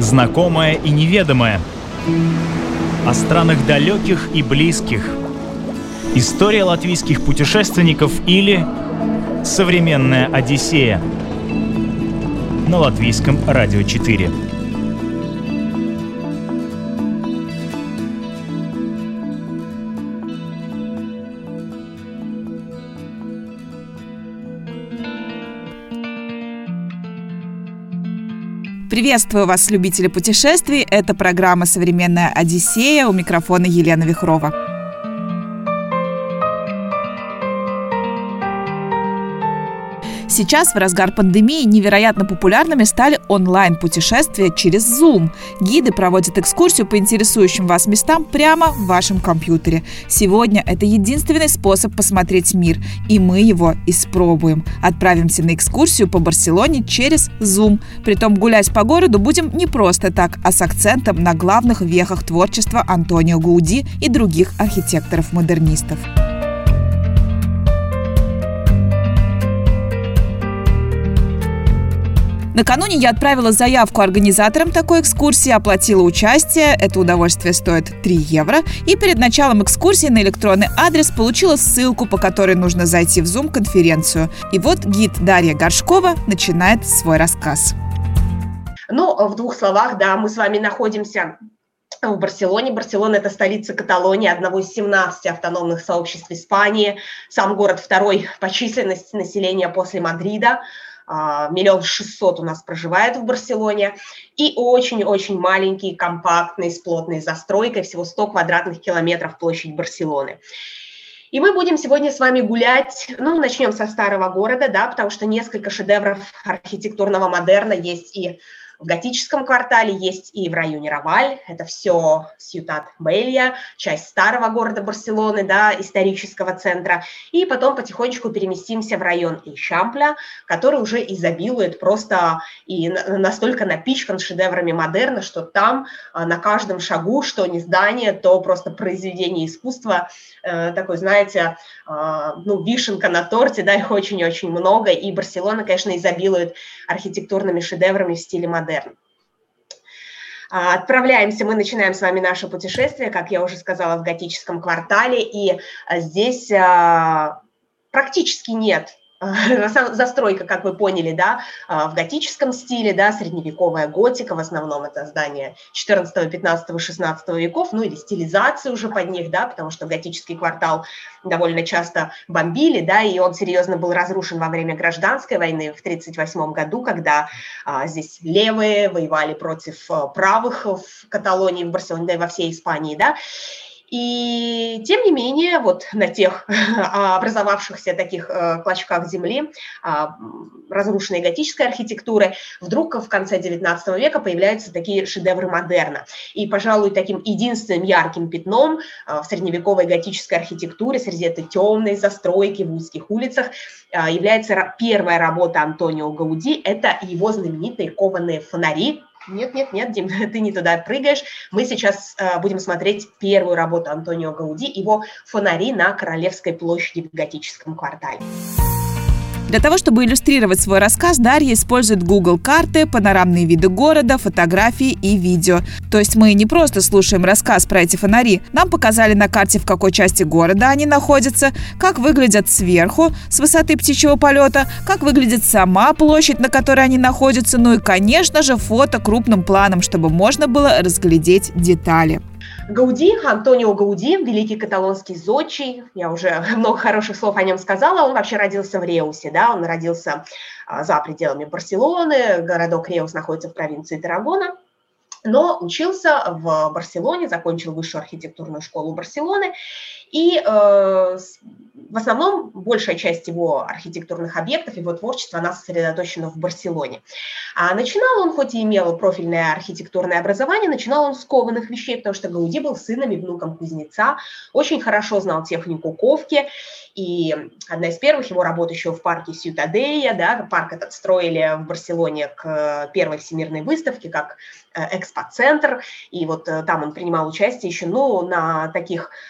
знакомое и неведомое, о странах далеких и близких, история латвийских путешественников или современная Одиссея на Латвийском радио 4. Приветствую вас, любители путешествий. Это программа «Современная Одиссея». У микрофона Елена Вихрова. Сейчас, в разгар пандемии, невероятно популярными стали онлайн-путешествия через Zoom. Гиды проводят экскурсию по интересующим вас местам прямо в вашем компьютере. Сегодня это единственный способ посмотреть мир, и мы его испробуем. Отправимся на экскурсию по Барселоне через Zoom. Притом гулять по городу будем не просто так, а с акцентом на главных вехах творчества Антонио Гауди и других архитекторов-модернистов. Накануне я отправила заявку организаторам такой экскурсии, оплатила участие, это удовольствие стоит 3 евро, и перед началом экскурсии на электронный адрес получила ссылку, по которой нужно зайти в Zoom-конференцию. И вот гид Дарья Горшкова начинает свой рассказ. В 2 словах, да, мы с вами находимся в Барселоне. Барселона – это столица Каталонии, одного из 17 автономных сообществ Испании. Сам город второй по численности населения после Мадрида. 1 600 000 у нас проживает в Барселоне. И очень-очень маленький, компактный, с плотной застройкой, всего 100 квадратных километров площадь Барселоны. И мы будем сегодня с вами гулять, начнем со старого города, да, потому что несколько шедевров архитектурного модерна есть и в готическом квартале, есть и в районе Раваль. Это все Сьютат Мелья, часть старого города Барселоны, да, исторического центра. И потом потихонечку переместимся в район Эйхампля, который уже изобилует просто и настолько напичкан шедеврами модерна, что там на каждом шагу, что не здание, то просто произведение искусства, такой, знаете, вишенка на торте, да, их очень-очень много. И Барселона, конечно, изобилует архитектурными шедеврами в стиле модерн. Отправляемся, мы начинаем с вами наше путешествие, как я уже сказала, в готическом квартале, и здесь практически нет застройка, как вы поняли, да, в готическом стиле, да, средневековая готика, в основном это здания 14, 15, 16 веков, или стилизация уже под них, да, потому что готический квартал довольно часто бомбили, да, и он серьезно был разрушен во время гражданской войны в 1938 году, когда здесь левые воевали против правых в Каталонии, в Барселоне, да и во всей Испании, да. И тем не менее, вот на тех образовавшихся таких клочках земли разрушенной готической архитектуры вдруг в конце XIX века появляются такие шедевры модерна. И, пожалуй, таким единственным ярким пятном в средневековой готической архитектуре среди этой темной застройки в узких улицах является первая работа Антонио Гауди. Это его знаменитые кованые фонари. Нет, Дим, ты не туда прыгаешь. Мы сейчас будем смотреть первую работу Антонио Гауди, его фонари на Королевской площади в готическом квартале. Для того, чтобы иллюстрировать свой рассказ, Дарья использует Google карты, панорамные виды города, фотографии и видео. То есть мы не просто слушаем рассказ про эти фонари. Нам показали на карте, в какой части города они находятся, как выглядят сверху, с высоты птичьего полета, как выглядит сама площадь, на которой они находятся, и, конечно же, фото крупным планом, чтобы можно было разглядеть детали. Гауди, Антонио Гауди, великий каталонский зодчий, я уже много хороших слов о нем сказала, он вообще родился в Реусе, да, он родился за пределами Барселоны, городок Реус находится в провинции Таррагона, но учился в Барселоне, закончил высшую архитектурную школу Барселоны, и в основном большая часть его архитектурных объектов, его творчества, она сосредоточена в Барселоне. А начинал он, хоть и имел профильное архитектурное образование, начинал он с кованых вещей, потому что Гауди был сыном и внуком кузнеца, очень хорошо знал технику ковки, и одна из первых его работ еще в парке Сьютадея, да, парк этот строили в Барселоне к первой всемирной выставке, как экспоцентр, и вот там он принимал участие еще, на таких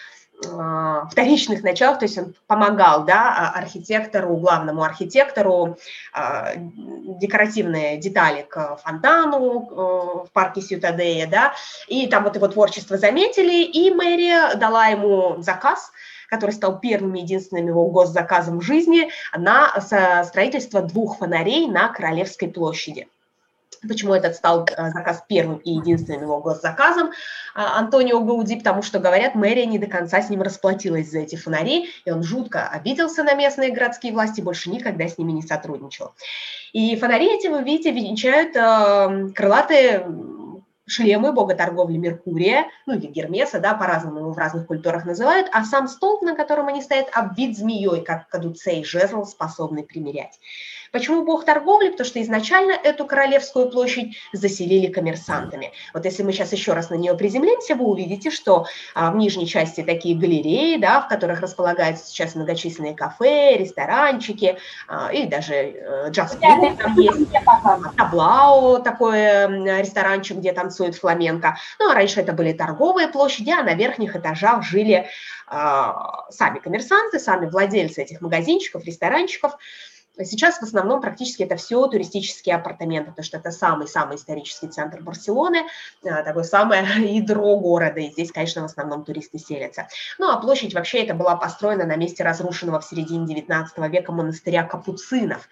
вторичных началах, то есть он помогал, да, архитектору, главному архитектору декоративные детали к фонтану в парке Сьютадея, да, и там вот его творчество заметили, и мэрия дала ему заказ, который стал первым и единственным его госзаказом в жизни, на строительство 2 фонарей на Королевской площади. Почему этот стал заказ первым и единственным его госзаказом Антонио Гауди? Потому что, говорят, мэрия не до конца с ним расплатилась за эти фонари, и он жутко обиделся на местные городские власти, больше никогда с ними не сотрудничал. И фонари эти, вы видите, венчают крылатые шлемы бога торговли Меркурия, ну или Гермеса, да, по-разному его в разных культурах называют, а сам столб, на котором они стоят, обвит змеей, как кадуцей, жезл, способный примерять. Почему бог торговли? Потому что изначально эту Королевскую площадь заселили коммерсантами. Вот если мы сейчас еще раз на нее приземлимся, вы увидите, что в нижней части такие галереи, да, в которых располагаются сейчас многочисленные кафе, ресторанчики, и даже джаз-клуб там есть, Таблао, такой ресторанчик, где танцует фламенко. Ну, а раньше это были торговые площади, а на верхних этажах жили сами коммерсанты, сами владельцы этих магазинчиков, ресторанчиков. Сейчас в основном практически это все туристические апартаменты, потому что это самый-самый исторический центр Барселоны, такое самое ядро города, и здесь, конечно, в основном туристы селятся. Ну, а площадь вообще это была построена на месте разрушенного в середине 19 века монастыря капуцинов.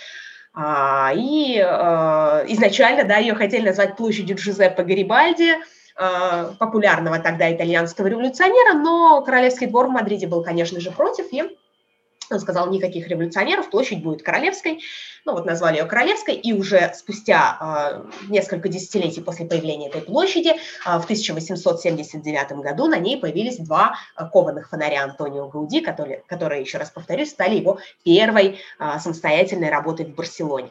И изначально, да, ее хотели назвать площадью Джузеппе Гарибальди, популярного тогда итальянского революционера, но Королевский двор в Мадриде был, конечно же, против, и он сказал, никаких революционеров, площадь будет Королевской. Ну вот назвали ее Королевской, и уже спустя несколько десятилетий после появления этой площади, в 1879 году на ней появились 2 кованых фонаря Антонио Гауди, которые, еще раз повторюсь, стали его первой самостоятельной работой в Барселоне.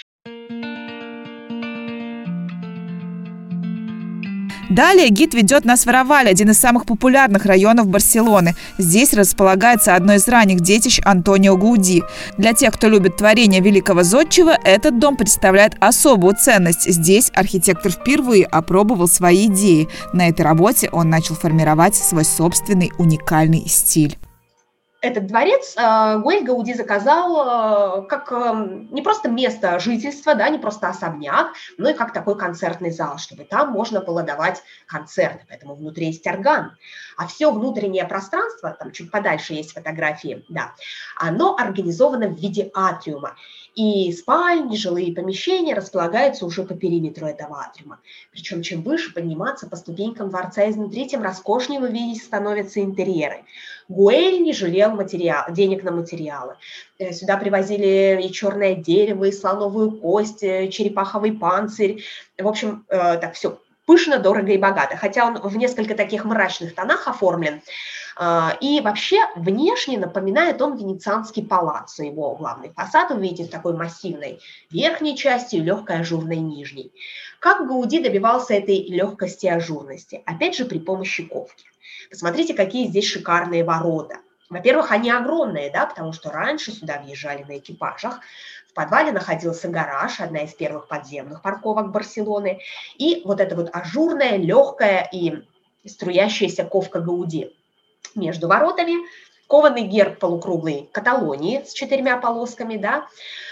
Далее гид ведет нас в Араваль, один из самых популярных районов Барселоны. Здесь располагается одно из ранних детищ Антонио Гауди. Для тех, кто любит творения великого зодчего, этот дом представляет особую ценность. Здесь архитектор впервые опробовал свои идеи. На этой работе он начал формировать свой собственный уникальный стиль. Этот дворец Гуэль Гауди заказал как не просто место жительства, да, не просто особняк, но и как такой концертный зал, чтобы там можно было давать концерты, поэтому внутри есть орган. А все внутреннее пространство, там чуть подальше есть фотографии, да, оно организовано в виде атриума. И спальни, жилые помещения располагаются уже по периметру этого атриума. Причем чем выше подниматься по ступенькам дворца изнутри, тем роскошнее, вы видите, становятся интерьеры. Гуэль не жалел денег на материалы. Сюда привозили и черное дерево, и слоновую кость, черепаховый панцирь. В общем, так все пышно, дорого и богато. Хотя он в несколько таких мрачных тонах оформлен. И вообще внешне напоминает он венецианский палаццо, его главный фасад, вы видите, в такой массивной верхней части и легкой ажурной нижней. Как Гауди добивался этой легкости и ажурности? Опять же, при помощи ковки. Посмотрите, какие здесь шикарные ворота. Во-первых, они огромные, да, потому что раньше сюда въезжали на экипажах. В подвале находился гараж, одна из первых подземных парковок Барселоны. И вот эта вот ажурная, легкая и струящаяся ковка Гауди. Между воротами кованый герб полукруглой Каталонии с 4 полосками, да.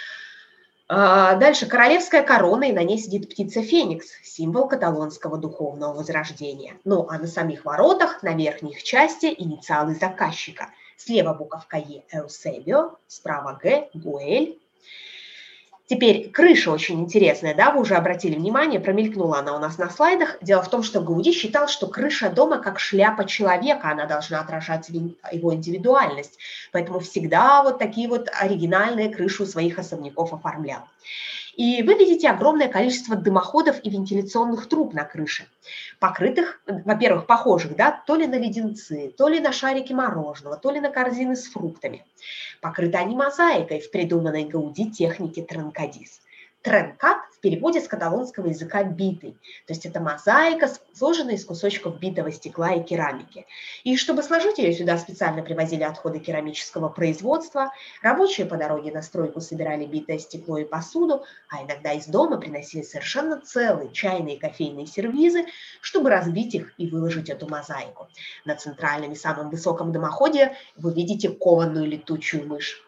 Дальше королевская корона, и на ней сидит птица Феникс, символ каталонского духовного возрождения. Ну, а на самих воротах, на верхней части, инициалы заказчика. Слева буковка Е – Эусебио, справа Г – Гуэль. Теперь крыша очень интересная, да, вы уже обратили внимание, промелькнула она у нас на слайдах. Дело в том, что Гауди считал, что крыша дома как шляпа человека, она должна отражать его индивидуальность. Поэтому всегда вот такие вот оригинальные крыши у своих особняков оформлял. И вы видите огромное количество дымоходов и вентиляционных труб на крыше, покрытых, во-первых, похожих, да, то ли на леденцы, то ли на шарики мороженого, то ли на корзины с фруктами. Покрыты они мозаикой в придуманной Гауди технике транкадис. тренкат в переводе с каталонского языка «битый». То есть это мозаика, сложенная из кусочков битого стекла и керамики. И чтобы сложить ее, сюда специально привозили отходы керамического производства. Рабочие по дороге на стройку собирали битое стекло и посуду, а иногда из дома приносили совершенно целые чайные и кофейные сервизы, чтобы разбить их и выложить эту мозаику. На центральном и самом высоком дымоходе вы видите кованую летучую мышь.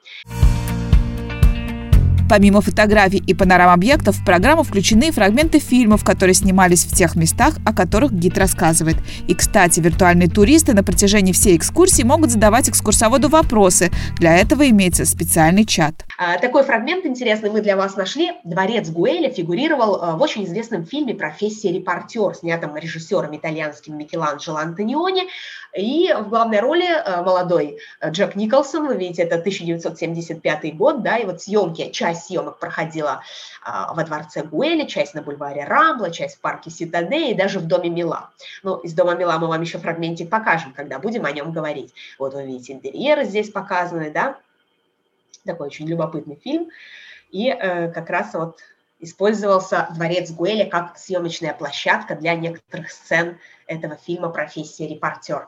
Помимо фотографий и панорам объектов, в программу включены фрагменты фильмов, которые снимались в тех местах, о которых гид рассказывает. И, кстати, виртуальные туристы на протяжении всей экскурсии могут задавать экскурсоводу вопросы. Для этого имеется специальный чат. Такой фрагмент интересный мы для вас нашли. Дворец Гуэля фигурировал в очень известном фильме «Профессия репортер», снятом режиссером итальянским Микеланджело Антониони. И в главной роли молодой Джек Николсон, вы видите, это 1975 год, да, и вот часть съемок проходила во дворце Гуэля, часть на бульваре Рамбла, часть в парке Ситаде и даже в доме Мила. Ну, из дома Мила мы вам еще фрагментик покажем, когда будем о нем говорить. Вот вы видите, интерьеры здесь показаны, да, такой очень любопытный фильм. И как раз вот использовался дворец Гуэля как съемочная площадка для некоторых сцен этого фильма «Профессия репортер».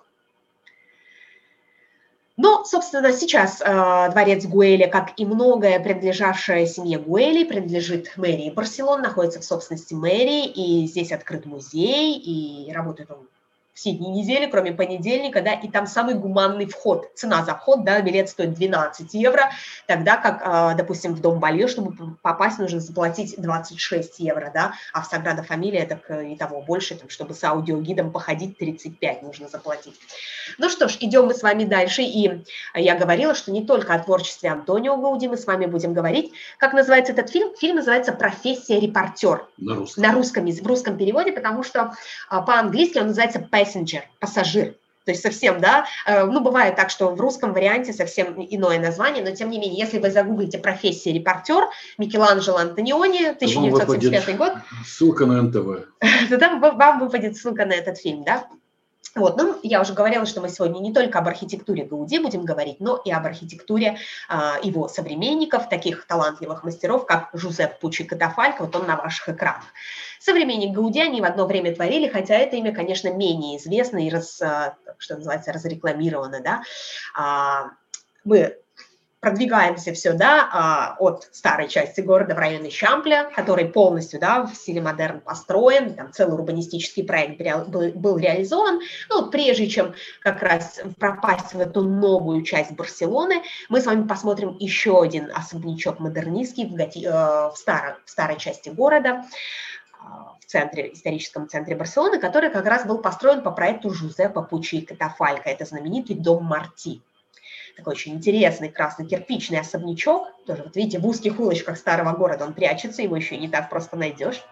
Но, собственно, сейчас дворец Гуэля, как и многое, принадлежавшее семье Гуэлей, принадлежит мэрии Барселоны, находится в собственности мэрии, и здесь открыт музей, и работает он все дни недели, кроме понедельника, да, и там самый гуманный вход. Цена за вход, да, билет стоит 12 евро, тогда как, допустим, в Дом Болье, чтобы попасть, нужно заплатить 26 евро, да, а в Саграда Фамилия так и того больше, там, чтобы с аудиогидом походить, 35 нужно заплатить. Ну что ж, идем мы с вами дальше, и я говорила, что не только о творчестве Антонио Гауди мы с вами будем говорить. Как называется этот фильм? Фильм называется «Профессия репортер». В русском переводе, потому что по-английски он называется passenger, пассажир. То есть совсем, да, ну, бывает так, что в русском варианте совсем иное название, но тем не менее, если вы загуглите «Профессия репортер», Микеланджело Антониони, 1975 год. Ссылка на НТВ. Тогда вам выпадет ссылка на этот фильм, да. Вот, ну, я уже говорила, что мы сегодня не только об архитектуре Гауди будем говорить, но и об архитектуре его современников, таких талантливых мастеров, как Жузеп Пуччи Катафалько, вот он на ваших экранах. Современник Гауди они в одно время творили, хотя это имя, конечно, менее известно и, что называется, разрекламировано, да. Мы продвигаемся все, да, от старой части города в районе Шампля, который полностью, да, в стиле модерн построен, там целый урбанистический проект был реализован. Ну, вот прежде чем как раз пропасть в эту новую часть Барселоны, мы с вами посмотрим еще один особнячок модернистский в старой части города, в историческом центре Барселоны, который как раз был построен по проекту Жузепа Пуччи Катафалько. Это знаменитый дом Марти. Такой очень интересный красно-кирпичный особнячок. Тоже, вот видите, в узких улочках старого города он прячется, его еще не так просто найдешь.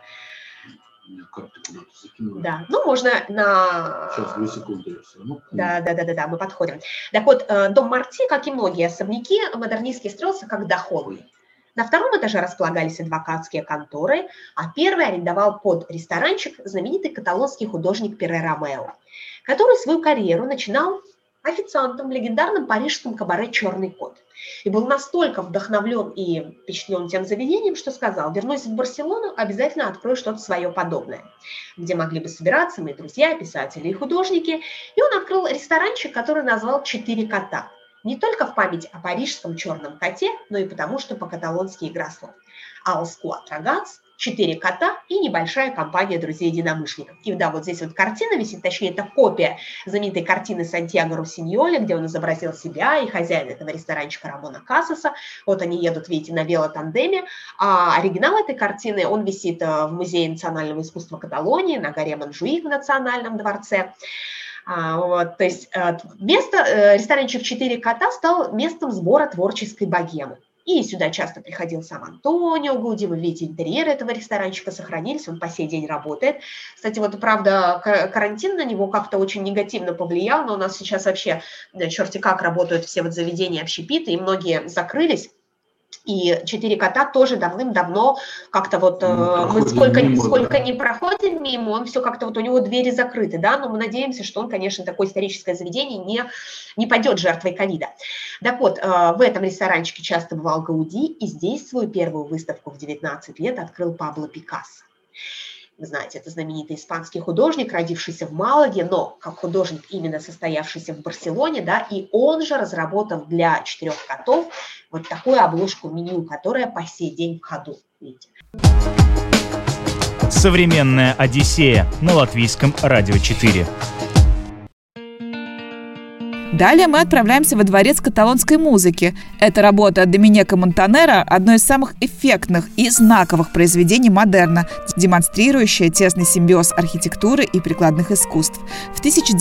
Да, ну можно на... Сейчас, 2 секунды. Да, мы подходим. Так вот, дом Марти, как и многие особняки, модернистский строился как доходный. На втором этаже располагались адвокатские конторы, а первый арендовал под ресторанчик знаменитый каталонский художник Пьере Ромео, который свою карьеру начинал официантом в легендарном парижском кабаре «Черный кот». И был настолько вдохновлен и впечатлен тем заведением, что сказал: вернусь в Барселону, обязательно открою что-то свое подобное, где могли бы собираться мои друзья, писатели и художники. И он открыл ресторанчик, который назвал «Четыре кота». Не только в память о парижском черном коте, но и потому, что по-каталонски игра слов. «Els quatre gats», 4 кота и небольшая компания друзей-единомышленников. И да, вот здесь вот картина висит, точнее, это копия знаменитой картины Сантьяго Руссиньоли, где он изобразил себя и хозяина этого ресторанчика Рамона Касаса. Вот они едут, видите, на велотандеме. А оригинал этой картины, он висит в Музее национального искусства Каталонии на горе Монжуик в Национальном дворце. Вот, то есть ресторанчик «Четыре кота» стал местом сбора творческой богемы. И сюда часто приходил сам Антонио Гауди. Вы видите, интерьеры этого ресторанчика сохранились, он по сей день работает. Кстати, вот правда, карантин на него как-то очень негативно повлиял, но у нас сейчас вообще черти как работают все вот заведения общепита, и многие закрылись. И «Четыре кота» тоже давным-давно как-то вот мы сколько не проходим мимо, он все как-то вот у него двери закрыты, да, но мы надеемся, что он, конечно, такое историческое заведение не пойдет жертвой ковида. Так вот, в этом ресторанчике часто бывал Гауди, и здесь свою первую выставку в 19 лет открыл Пабло Пикассо. Вы знаете, это знаменитый испанский художник, родившийся в Малаге, но как художник именно состоявшийся в Барселоне, да, и он же разработал для «Четырех котов» вот такую обложку меню, которая по сей день в ходу. Видите? Современная Одиссея на Латвийском радио 4. Далее мы отправляемся во дворец каталонской музыки. Это работа Доминека Монтанера, одно из самых эффектных и знаковых произведений модерна, демонстрирующее тесный симбиоз архитектуры и прикладных искусств. В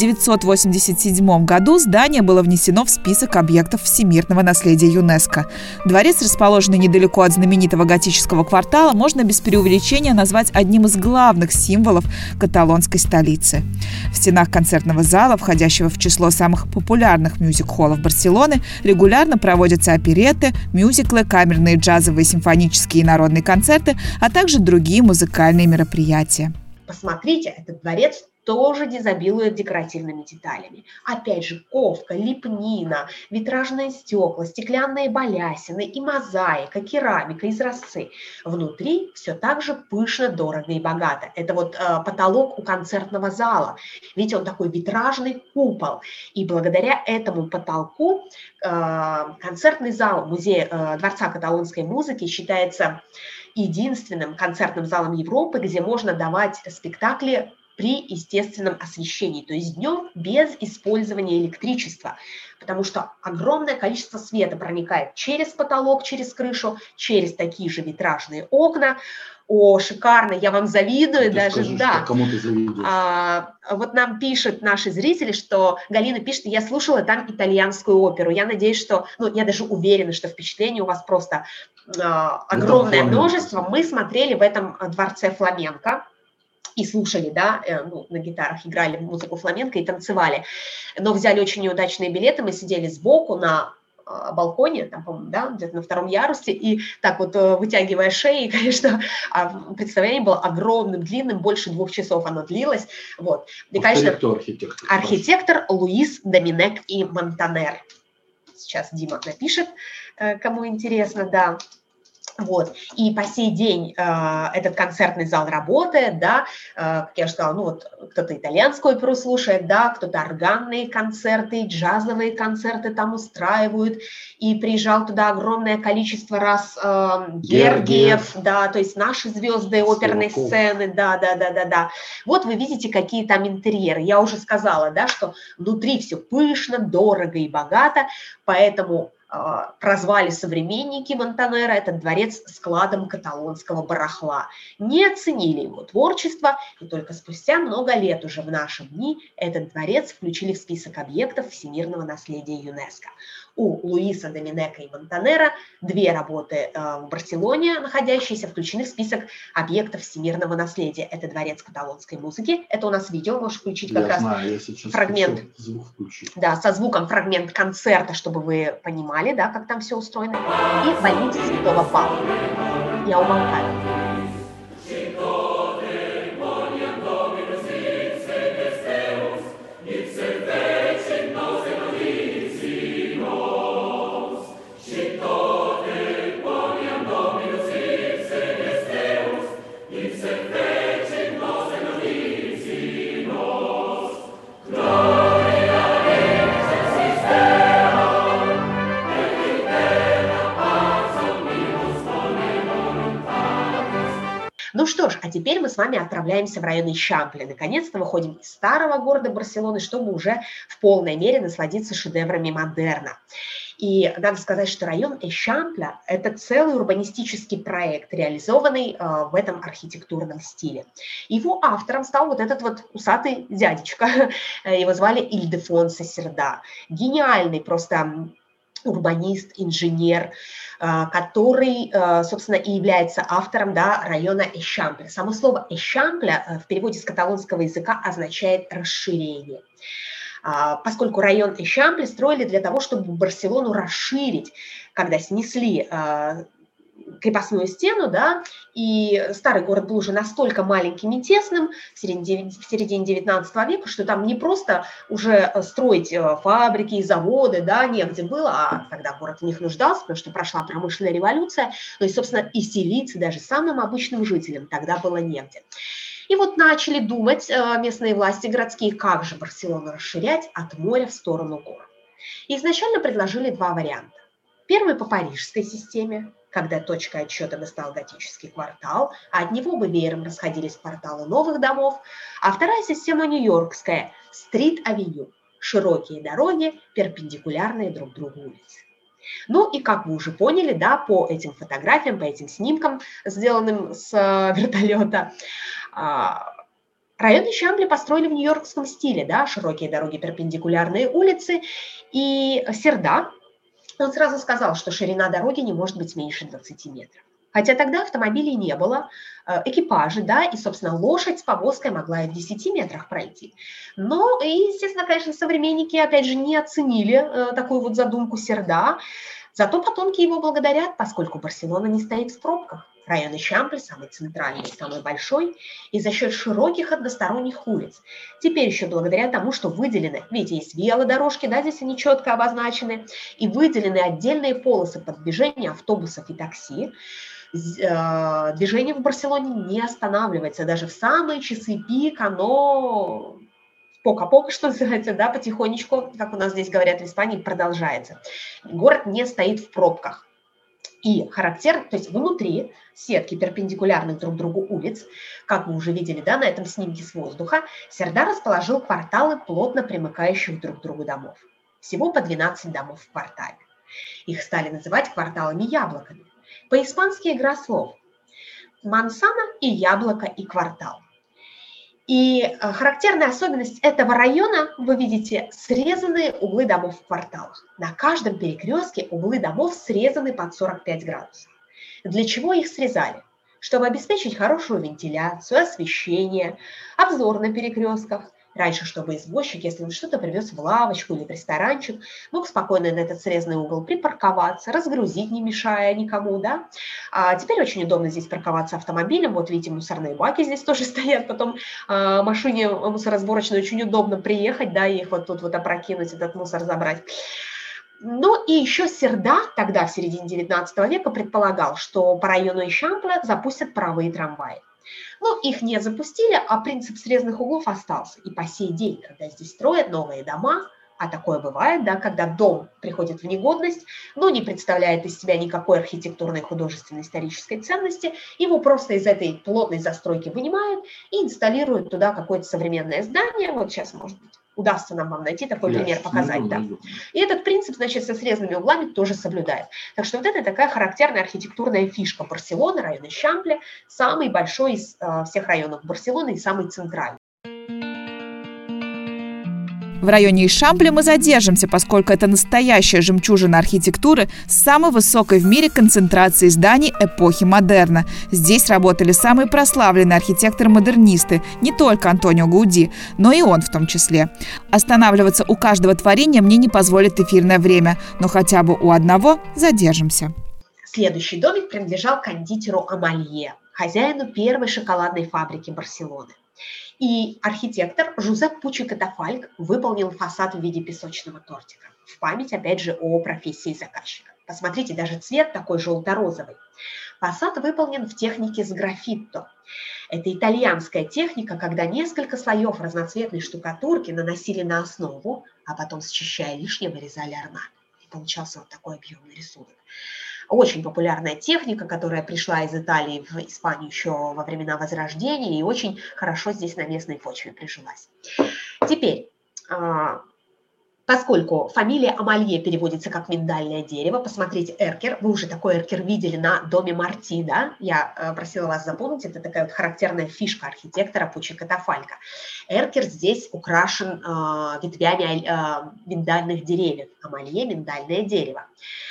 1987 году здание было внесено в список объектов всемирного наследия ЮНЕСКО. Дворец, расположенный недалеко от знаменитого готического квартала, можно без преувеличения назвать одним из главных символов каталонской столицы. В стенах концертного зала, входящего в число самых популярных мюзик-холлов Барселоны, регулярно проводятся оперетты, мюзиклы, камерные, джазовые, симфонические и народные концерты, а также другие музыкальные мероприятия. Посмотрите, этот дворец тоже изобилует декоративными деталями. Опять же, ковка, лепнина, витражные стекла, стеклянные балясины и мозаика, керамика, изразцы. Внутри все так же пышно, дорого и богато. Это вот потолок у концертного зала. Видите, он такой витражный купол. И благодаря этому потолку концертный зал музея Дворца каталонской музыки считается единственным концертным залом Европы, где можно давать спектакли при естественном освещении, то есть днем без использования электричества, потому что огромное количество света проникает через потолок, через крышу, через такие же витражные окна. О, шикарно, я вам завидую. Ты даже, скажи, да. Что кому ты завидуешь? Вот нам пишут наши зрители, что Галина пишет, я слушала там итальянскую оперу. Я надеюсь, что, я даже уверена, что впечатление у вас просто огромное множество. Мы смотрели в этом дворце фламенко и слушали, да, на гитарах играли музыку фламенко и танцевали, но взяли очень неудачные билеты, мы сидели сбоку на балконе, там, по-моему, да, где-то на втором ярусе, и так вот, вытягивая шеи, конечно, представление было огромным, длинным, больше 2 часов оно длилось, вот. И, конечно, архитектор Луис Доминек и Монтанер. Сейчас Дима напишет, кому интересно, да. Вот. И по сей день этот концертный зал работает, да, как я уже сказала, кто-то итальянскую оперу слушает, да, кто-то органные концерты, джазовые концерты там устраивают, и приезжал туда огромное количество раз Гергиев, да, то есть наши звезды оперной сцены, да. Вот вы видите, какие там интерьеры. Я уже сказала, да, что внутри все пышно, дорого и богато, поэтому прозвали современники Монтанера этот дворец складом каталонского барахла. Не оценили его творчество, и только спустя много лет уже в наши дни этот дворец включили в список объектов всемирного наследия ЮНЕСКО. У Луиса Доминека и Монтанера 2 работы в Барселоне, находящиеся, включены в список объектов всемирного наследия. Это дворец каталонской музыки. Это у нас видео, можешь включить как раз фрагмент. Звук включить. Да, со звуком фрагмент концерта, чтобы вы понимали, да, как там все устроено. И больница Святого Павла. Я умолкаю. Ну что ж, а теперь мы с вами отправляемся в район Эйчампле. Наконец-то выходим из старого города Барселоны, чтобы уже в полной мере насладиться шедеврами модерна. И надо сказать, что район Эйчампля – это целый урбанистический проект, реализованный в этом архитектурном стиле. Его автором стал вот этот вот усатый дядечка. Его звали Ильдефонсо Серда. Гениальный просто урбанист, инженер, который, собственно, и является автором, да, района Эйчампля. Само слово Эйчампля в переводе с каталонского языка означает «расширение». Поскольку район Эйчампле строили для того, чтобы Барселону расширить, когда снесли крепостную стену, да, и старый город был уже настолько маленьким и тесным в середине 19 века, что там не просто уже строить фабрики и заводы, да, негде было, а тогда город в них нуждался, потому что прошла промышленная революция, но и, собственно, и селиться даже самым обычным жителям тогда было негде. И вот начали думать местные власти городские, как же Барселону расширять от моря в сторону гор. И изначально предложили два варианта. Первый по парижской системе, когда точкой отсчета стал готический квартал, а от него бы веером расходились кварталы новых домов, а вторая система нью-йоркская – стрит-авеню, широкие дороги, перпендикулярные друг другу улицы. Ну и как вы уже поняли, да, по этим фотографиям, по этим снимкам, сделанным с вертолета, район Ишамбле построили в нью-йоркском стиле, да, широкие дороги, перпендикулярные улицы, и Серда, он сразу сказал, что ширина дороги не может быть меньше 20 метров. Хотя тогда автомобилей не было, экипажи, да, и, собственно, лошадь с повозкой могла и в 10 метрах пройти. Но, естественно, конечно, современники, опять же, не оценили такую вот задумку Серда, зато потомки его благодарят, поскольку Барселона не стоит в пробках. Район Ишамбле самый центральный, самый большой, и за счет широких односторонних улиц. Теперь еще благодаря тому, что выделены, видите, есть велодорожки, да, здесь они четко обозначены, и выделены отдельные полосы под движение автобусов и такси. Движение в Барселоне не останавливается, даже в самые часы пик оно пока-пока, что называется, да, потихонечку, как у нас здесь говорят в Испании, продолжается. Город не стоит в пробках. И характерно, то есть внутри сетки перпендикулярных друг другу улиц, как мы уже видели, да, на этом снимке с воздуха, Серда расположил кварталы, плотно примыкающих друг к другу домов. Всего по 12 домов в квартале. Их стали называть кварталами-яблоками. По-испански игра слов. Мансана и яблоко и квартал. И характерная особенность этого района, вы видите, срезанные углы домов в кварталах. На каждом перекрестке углы домов срезаны под 45 градусов. Для чего их срезали? Чтобы обеспечить хорошую вентиляцию, освещение, обзор на перекрестках. Раньше, чтобы извозчик, если он что-то привез в лавочку или в ресторанчик, мог спокойно на этот срезанный угол припарковаться, разгрузить, не мешая никому, да. А теперь очень удобно здесь парковаться автомобилем. Вот видите, мусорные баки здесь тоже стоят. Потом машине мусоросборочной очень удобно приехать, да, и их вот тут вот опрокинуть, этот мусор забрать. Ну и еще Серда тогда, в середине 19 века, предполагал, что по району Ишамбле запустят паровые трамваи. Но их не запустили, а принцип срезанных углов остался. И по сей день, когда здесь строят новые дома, а такое бывает, да, когда дом приходит в негодность, но не представляет из себя никакой архитектурной, художественной, исторической ценности, его просто из этой плотной застройки вынимают и инсталируют туда какое-то современное здание. Вот сейчас, может быть, удастся нам вам найти такой пример, показать. Да. И этот принцип, значит, со срезанными углами тоже соблюдает. Так что вот это такая характерная архитектурная фишка Барселоны, района Ишамбле, самый большой из всех районов Барселоны и самый центральный. В районе Ишамбле мы задержимся, поскольку это настоящая жемчужина архитектуры с самой высокой в мире концентрацией зданий эпохи модерна. Здесь работали самые прославленные архитекторы-модернисты, не только Антонио Гауди, но и он в том числе. Останавливаться у каждого творения мне не позволит эфирное время, но хотя бы у одного задержимся. Следующий домик принадлежал кондитеру Амалье, хозяину первой шоколадной фабрики Барселоны. И архитектор Жозеп Пучи Катафальк выполнил фасад в виде песочного тортика. В память, опять же, о профессии заказчика. Посмотрите, даже цвет такой желто-розовый. Фасад выполнен в технике сграффито. Это итальянская техника, когда несколько слоев разноцветной штукатурки наносили на основу, а потом, счищая лишнее, вырезали орнамент. И получался вот такой объемный рисунок. Очень популярная техника, которая пришла из Италии в Испанию еще во времена Возрождения и очень хорошо здесь на местной почве прижилась. Теперь, поскольку фамилия Амалье переводится как «миндальное дерево», посмотрите эркер, вы уже такой эркер видели на доме Марти, да? Я просила вас запомнить, это такая вот характерная фишка архитектора Пучи Катафалька. Эркер здесь украшен ветвями миндальных деревьев. Амалье – миндальное дерево.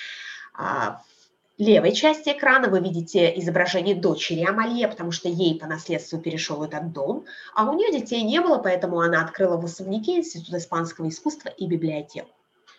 В левой части экрана вы видите изображение дочери Амалье, потому что ей по наследству перешел этот дом, а у нее детей не было, поэтому она открыла в особняке Институт испанского искусства и библиотеку.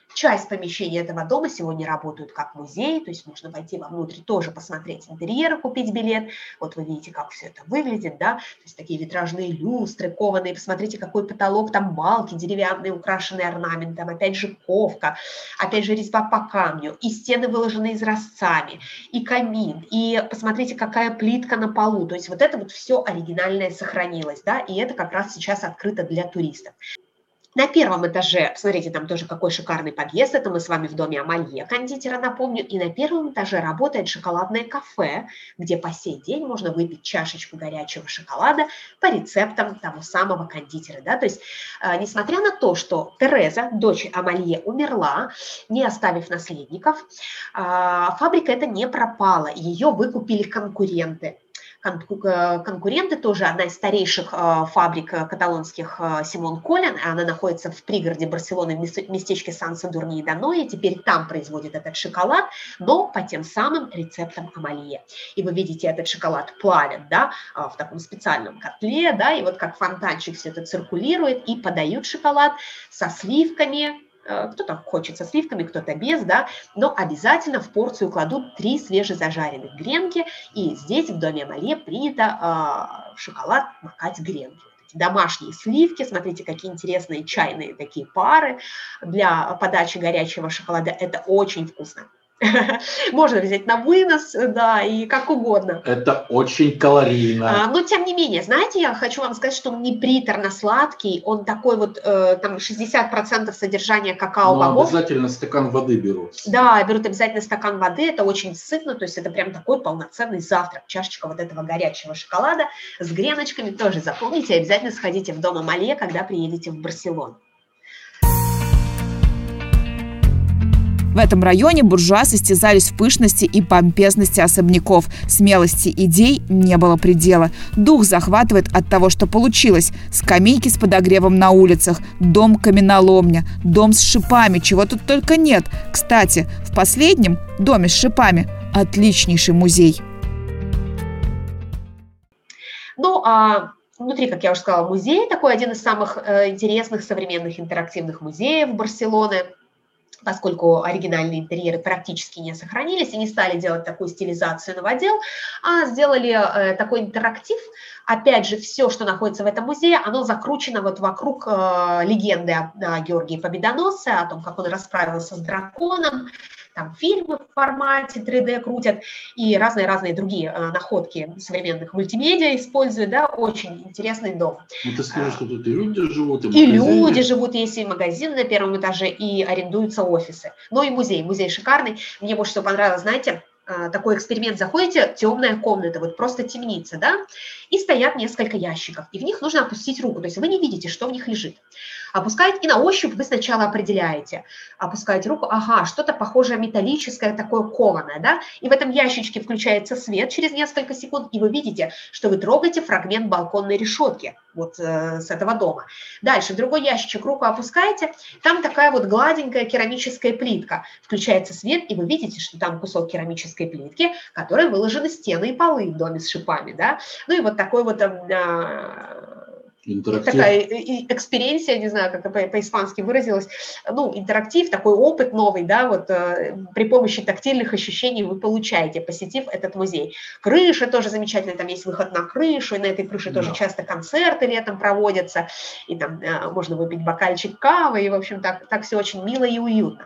Часть помещений этого дома сегодня работают как музей, то есть можно войти вовнутрь, тоже посмотреть интерьеры, купить билет. Вот вы видите, как все это выглядит, да, то есть такие витражные люстры, кованые, посмотрите, какой потолок, там балки деревянные, украшенные орнаментом, опять же ковка, опять же резьба по камню, и стены выложены изразцами, и камин, и посмотрите, какая плитка на полу, то есть вот это вот все оригинальное сохранилось, да, и это как раз сейчас открыто для туристов. На первом этаже, смотрите, там тоже какой шикарный подъезд, это мы с вами в доме Амалье, кондитера, напомню, и на первом этаже работает шоколадное кафе, где по сей день можно выпить чашечку горячего шоколада по рецептам того самого кондитера, да, то есть, несмотря на то, что Тереза, дочь Амалье, умерла, не оставив наследников, фабрика эта не пропала, ее выкупили конкуренты. Конкуренты тоже одна из старейших фабрик каталонских Симон Колин, она находится в пригороде Барселоны, в местечке Сан-Садурни-и-Данойи, теперь там производит этот шоколад, но по тем самым рецептам Амалье. И вы видите, этот шоколад плавят, да, в таком специальном котле, да, и вот как фонтанчик все это циркулирует, и подают шоколад со сливками. Кто-то хочет со сливками, кто-то без, да, но обязательно в порцию кладут 3 свежезажаренных гренки, и здесь в доме Амалье принято в шоколад макать гренки. Домашние сливки, смотрите, какие интересные чайные такие пары для подачи горячего шоколада, это очень вкусно. Можно взять на вынос, да, и как угодно. Это очень калорийно. Но, тем не менее, знаете, я хочу вам сказать, что он не приторно-сладкий, он такой вот, там, 60% содержания какао-бобов. Обязательно стакан воды берут. Да, берут обязательно стакан воды, это очень сытно, то есть это прям такой полноценный завтрак, чашечка вот этого горячего шоколада с греночками, тоже запомните, обязательно сходите в дом Амалье, когда приедете в Барселону. В этом районе буржуа состязались в пышности и помпезности особняков. Смелости идей не было предела. Дух захватывает от того, что получилось. Скамейки с подогревом на улицах, дом-каменоломня, дом с шипами, чего тут только нет. Кстати, в последнем доме с шипами отличнейший музей. Ну, внутри, как я уже сказала, музей такой, один из самых интересных современных интерактивных музеев Барселоны, поскольку оригинальные интерьеры практически не сохранились и не стали делать такую стилизацию новодел, а сделали такой интерактив. Опять же, все, что находится в этом музее, оно закручено вот вокруг легенды о Георгии Победоносце, о том, как он расправился с драконом. Там фильмы в формате 3D крутят и разные-разные другие находки современных мультимедиа используют, да, очень интересный дом. Ну, ты скажешь, что тут и люди живут, и люди живут, есть и магазин на первом этаже, и арендуются офисы. Но и музей шикарный. Мне больше всего понравилось, знаете, такой эксперимент, заходите, темная комната, вот просто темница, да, и стоят несколько ящиков, и в них нужно опустить руку, то есть вы не видите, что в них лежит. Опускаете, и на ощупь вы сначала определяете, опускаете руку, ага, что-то похожее металлическое, такое кованое, да, и в этом ящичке включается свет через несколько секунд, и вы видите, что вы трогаете фрагмент балконной решетки, вот с этого дома. Дальше в другой ящичек руку опускаете, там такая вот гладенькая керамическая плитка, включается свет, и вы видите, что там кусок керамической плитки, которой выложены стены и полы в доме с шипами, да, ну и вот такой вот такая экспириенция, не знаю, как это по-испански выразилось, ну, интерактив, такой опыт новый, да, вот при помощи тактильных ощущений вы получаете, посетив этот музей. Крыша тоже замечательная, там есть выход на крышу, и на этой крыше тоже часто концерты летом проводятся, и там можно выпить бокальчик кавы, и, в общем, так все очень мило и уютно.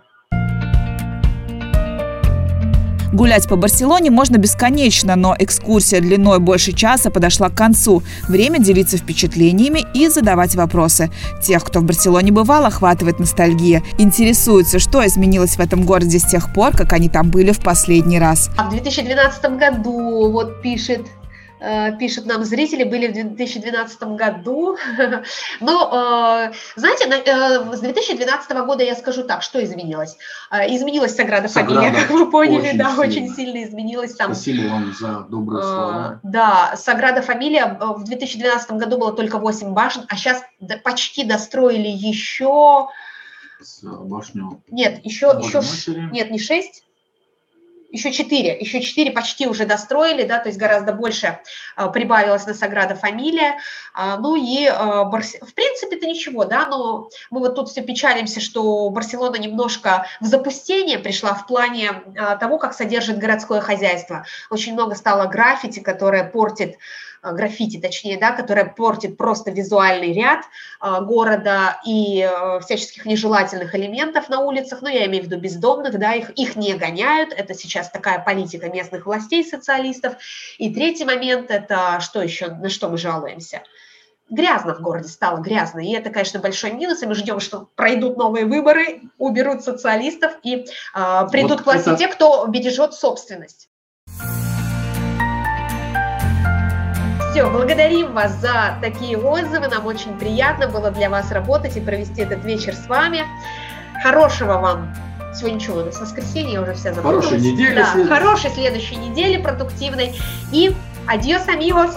Гулять по Барселоне можно бесконечно, но экскурсия длиной больше часа подошла к концу. Время делиться впечатлениями и задавать вопросы. Тех, кто в Барселоне бывал, охватывает ностальгия. Интересуются, что изменилось в этом городе с тех пор, как они там были в последний раз. В 2012 году, вот пишут нам зрители, были в 2012 году. Но, знаете, с 2012 года я скажу так, что изменилось. Изменилась Саграда Фамилия, как вы поняли, очень сильно изменилась. Там, спасибо вам за добрые слова. Да, Саграда Фамилия в 2012 году было только 8 башен, а сейчас почти достроили еще... Башню. Нет, еще нет, не 6. Еще 4 почти уже достроили, да, то есть гораздо больше прибавилось на Саграда Фамилия. Ну и, в принципе, это ничего, да, но мы вот тут все печалимся, что Барселона немножко в запустение пришла в плане того, как содержит городское хозяйство. Очень много стало граффити, которое портит которая портит просто визуальный ряд города и всяческих нежелательных элементов на улицах, ну, я имею в виду бездомных, да, их не гоняют, это сейчас такая политика местных властей, социалистов. И третий момент, это что еще, на что мы жалуемся? Грязно в городе стало, грязно, и это, конечно, большой минус, и мы ждем, что пройдут новые выборы, уберут социалистов и придут к власти те, кто бережет собственность. Все, благодарим вас за такие отзывы, нам очень приятно было для вас работать и провести этот вечер с вами. Хорошего вам, сегодня что, у нас воскресенье, я уже вся запуталась. Хорошей недели. Да, хорошей следующей недели, продуктивной. И адьос, амигос!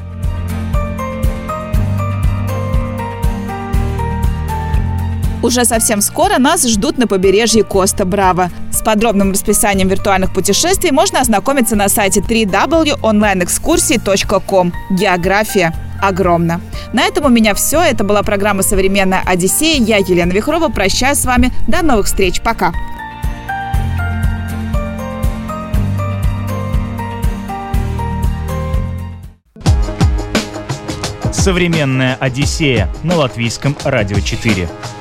Уже совсем скоро нас ждут на побережье Коста-Браво. С подробным расписанием виртуальных путешествий можно ознакомиться на сайте www.onlineexkurсии.com. География огромна. На этом у меня все. Это была программа «Современная Одиссея». Я, Елена Вихрова, прощаюсь с вами. До новых встреч. Пока. «Современная Одиссея» на Латвийском радио 4.